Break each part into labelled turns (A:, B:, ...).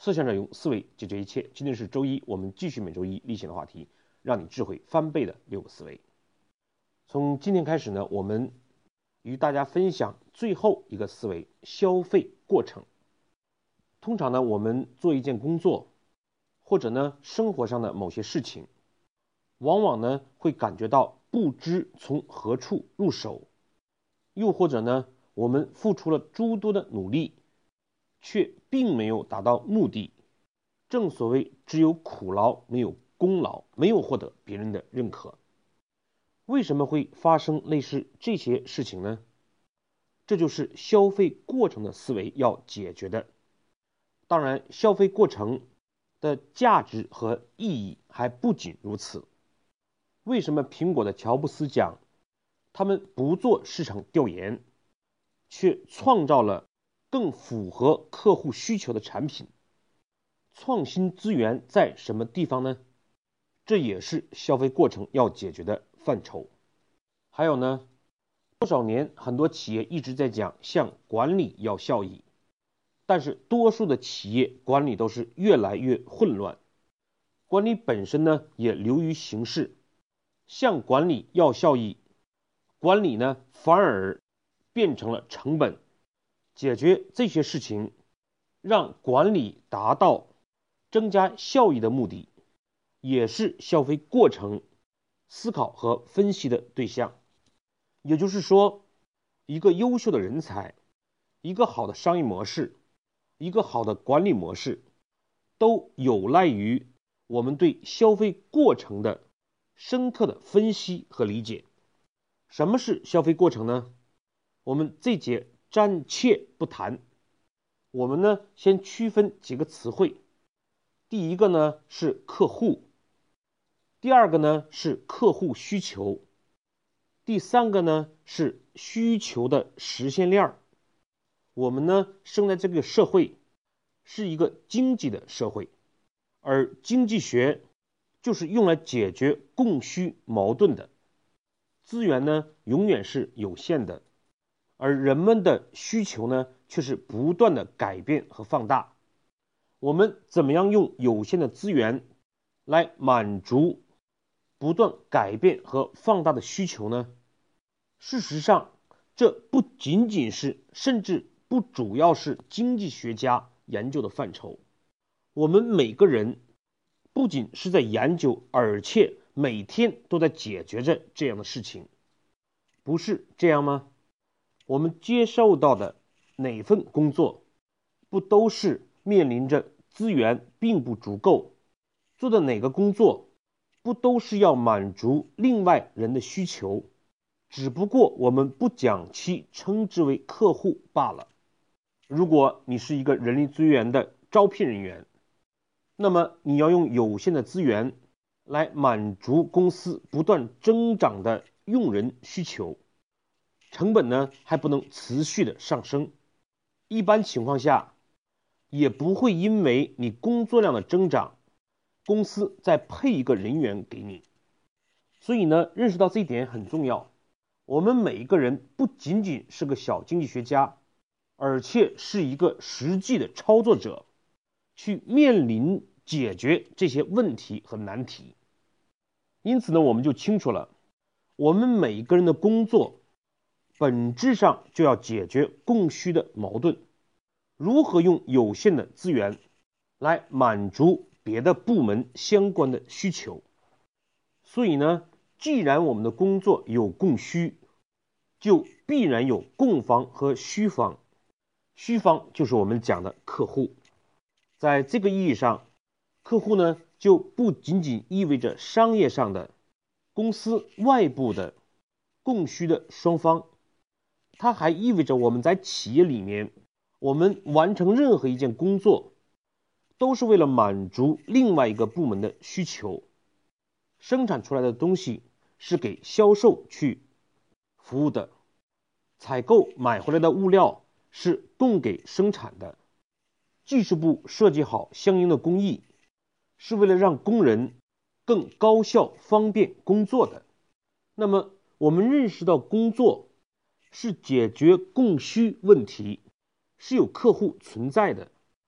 A: 思想者用思维解决一切。今天是周一，我们继续每周一例行的话题，让你智慧翻倍的6个思维。从今天开始呢，我们与大家分享最后一个思维：消费过程。通常呢，我们做一件工作，或者呢生活上的某些事情，往往呢会感觉到不知从何处入手，又或者呢我们付出了诸多的努力，却并没有达到目的。正所谓只有苦劳没有功劳，没有获得别人的认可。为什么会发生类似这些事情呢？这就是消费过程的思维要解决的。当然，消费过程的价值和意义还不仅如此。为什么苹果的乔布斯讲，他们不做市场调研，却创造了更符合客户需求的产品？创新资源在什么地方呢？这也是消费过程要解决的范畴。还有呢，多少年很多企业一直在讲向管理要效益，但是多数的企业管理都是越来越混乱，管理本身呢也流于形式。向管理要效益，管理呢反而变成了成本。解决这些事情，让管理达到增加效益的目的，也是消费过程思考和分析的对象。也就是说，一个优秀的人才，一个好的商业模式，一个好的管理模式，都有赖于我们对消费过程的深刻的分析和理解。什么是消费过程呢？我们这节暂且不谈。我们呢先区分几个词汇。第一个呢是客户，第二个呢是客户需求，第三个呢是需求的实现链。我们呢生在这个社会是一个经济的社会，而经济学就是用来解决供需矛盾的。资源呢永远是有限的，而人们的需求呢却是不断的改变和放大。我们怎么样用有限的资源来满足不断改变和放大的需求呢？事实上，这不仅仅是，甚至不主要是经济学家研究的范畴。我们每个人不仅是在研究，而且每天都在解决着这样的事情，不是这样吗？我们接受到的哪份工作，不都是面临着资源并不足够，做的哪个工作，不都是要满足另外人的需求，只不过我们不将其称之为客户罢了。如果你是一个人力资源的招聘人员，那么你要用有限的资源来满足公司不断增长的用人需求，成本呢还不能持续的上升。一般情况下也不会因为你工作量的增长，公司再配一个人员给你。所以呢，认识到这一点很重要。我们每一个人不仅仅是个小经济学家，而且是一个实际的操作者，去面临解决这些问题和难题。因此呢，我们就清楚了，我们每一个人的工作本质上就要解决供需的矛盾，如何用有限的资源来满足别的部门相关的需求。所以呢，既然我们的工作有供需，就必然有供方和需方。需方就是我们讲的客户。在这个意义上，客户呢就不仅仅意味着商业上的公司外部的供需的双方，它还意味着我们在企业里面，我们完成任何一件工作都是为了满足另外一个部门的需求。生产出来的东西是给销售去服务的，采购买回来的物料是供给生产的，技术部设计好相应的工艺是为了让工人更高效方便工作的。那么我们认识到工作是解决供需问题，是有客户存在的，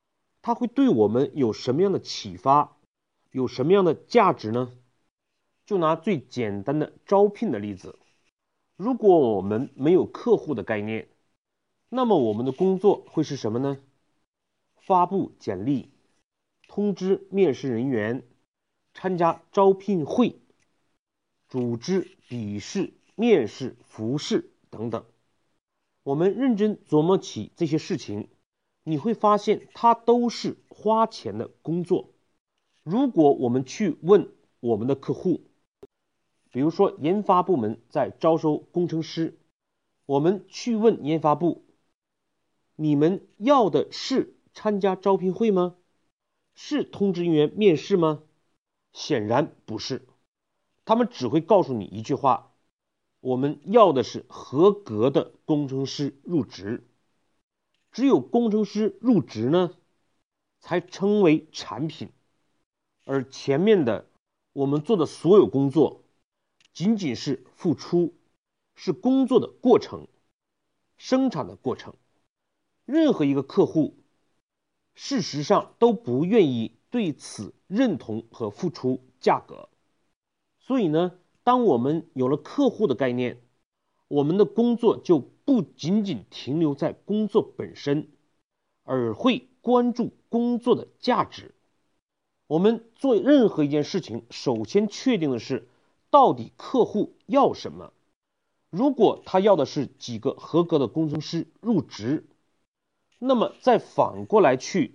A: 它会对我们有什么样的启发，有什么样的价值呢？就拿最简单的招聘的例子，如果我们没有客户的概念，那么我们的工作会是什么呢？发布简历，通知面试人员，参加招聘会，组织笔试、面试、复试等等。我们认真琢磨起这些事情，你会发现它都是花钱的工作。如果我们去问我们的客户，比如说研发部门在招收工程师，我们去问研发部，你们要的是参加招聘会吗？是通知人员面试吗？显然不是，他们只会告诉你一句话，我们要的是合格的工程师入职。只有工程师入职呢，才称为产品，而前面的我们做的所有工作仅仅是付出，是工作的过程，生产的过程。任何一个客户事实上都不愿意对此认同和付出价格。所以呢，当我们有了客户的概念，我们的工作就不仅仅停留在工作本身，而会关注工作的价值。我们做任何一件事情，首先确定的是到底客户要什么。如果他要的是几个合格的工程师入职，那么再反过来去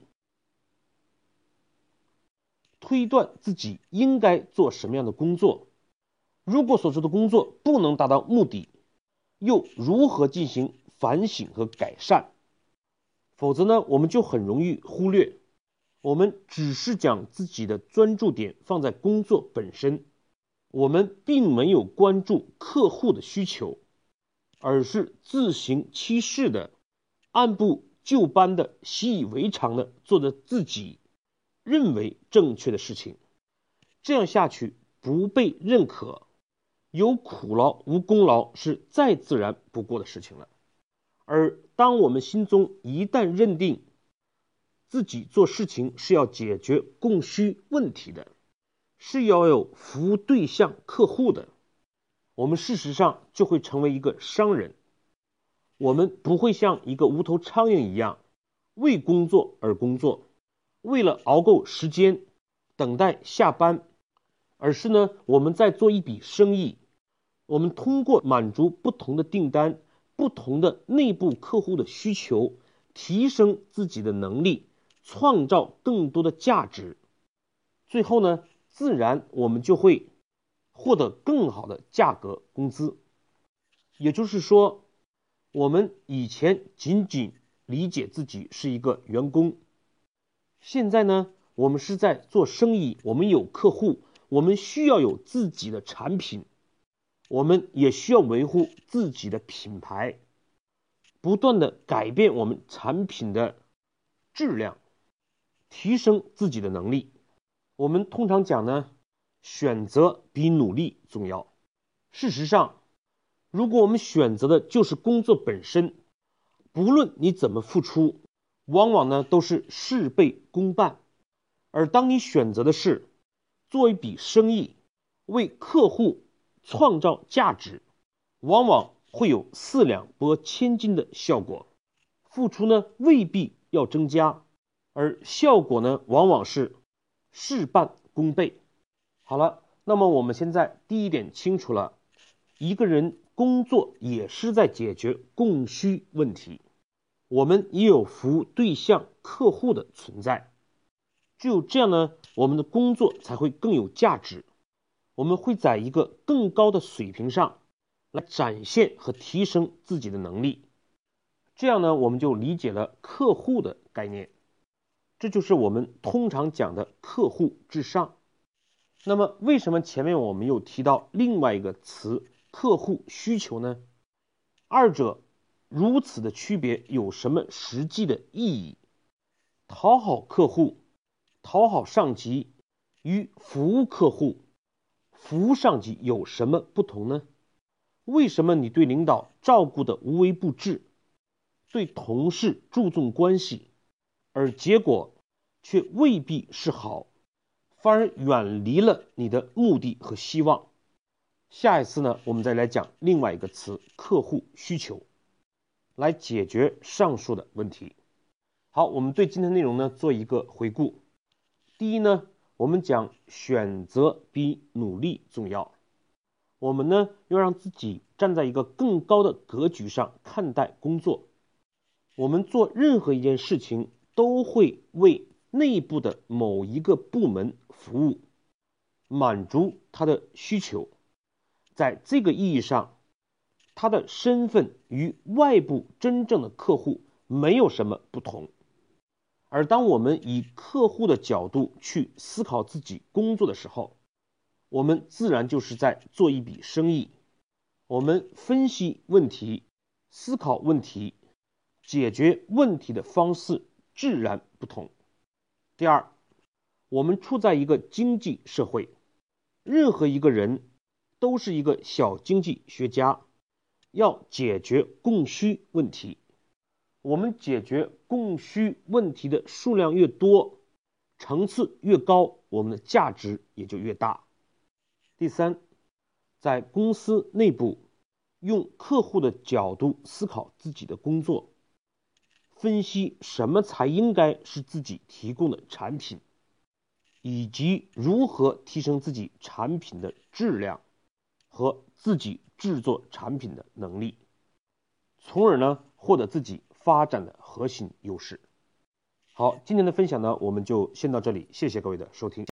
A: 推断自己应该做什么样的工作。如果所做的工作不能达到目的，又如何进行反省和改善？否则呢，我们就很容易忽略，我们只是将自己的专注点放在工作本身，我们并没有关注客户的需求，而是自行其是的按部就班的习以为常的做着自己认为正确的事情。这样下去不被认可，有苦劳无功劳是再自然不过的事情了。而当我们心中一旦认定自己做事情是要解决供需问题的，是要有服务对象客户的，我们事实上就会成为一个商人。我们不会像一个无头苍蝇一样为工作而工作，为了熬够时间等待下班，而是呢，我们在做一笔生意，我们通过满足不同的订单、不同的内部客户的需求，提升自己的能力，创造更多的价值。最后呢，自然我们就会获得更好的价格工资。也就是说，我们以前仅仅理解自己是一个员工，现在呢，我们是在做生意，我们有客户，我们需要有自己的产品，我们也需要维护自己的品牌，不断的改变我们产品的质量，提升自己的能力。我们通常讲呢，选择比努力重要。事实上，如果我们选择的就是工作本身，不论你怎么付出，往往呢都是事倍功半。而当你选择的是做一笔生意，为客户创造价值，往往会有四两拨千斤的效果。付出呢未必要增加，而效果呢往往是事半功倍。好了，那么我们现在第一点清楚了，一个人工作也是在解决供需问题，我们也有服务对象客户的存在。只有这样呢，我们的工作才会更有价值，我们会在一个更高的水平上来展现和提升自己的能力。这样呢，我们就理解了客户的概念，这就是我们通常讲的客户至上。那么为什么前面我们又提到另外一个词客户需求呢？二者如此的区别有什么实际的意义？讨好客户、讨好上级与服务客户、服务上级有什么不同呢？为什么你对领导照顾的无微不至，对同事注重关系，而结果却未必是好，反而远离了你的目的和希望。下一次呢，我们再来讲另外一个词，客户需求，来解决上述的问题。好，我们对今天内容呢做一个回顾。第一呢，我们讲选择比努力重要。我们呢要让自己站在一个更高的格局上看待工作。我们做任何一件事情都会为内部的某一个部门服务，满足他的需求。在这个意义上，他的身份与外部真正的客户没有什么不同。而当我们以客户的角度去思考自己工作的时候，我们自然就是在做一笔生意。我们分析问题、思考问题、解决问题的方式自然不同。第二，我们处在一个经济社会，任何一个人都是一个小经济学家，要解决供需问题。我们解决供需问题的数量越多，层次越高，我们的价值也就越大。第三，在公司内部用客户的角度思考自己的工作，分析什么才应该是自己提供的产品，以及如何提升自己产品的质量和自己制作产品的能力，从而呢获得自己发展的核心优势。好，今天的分享呢我们就先到这里，谢谢各位的收听。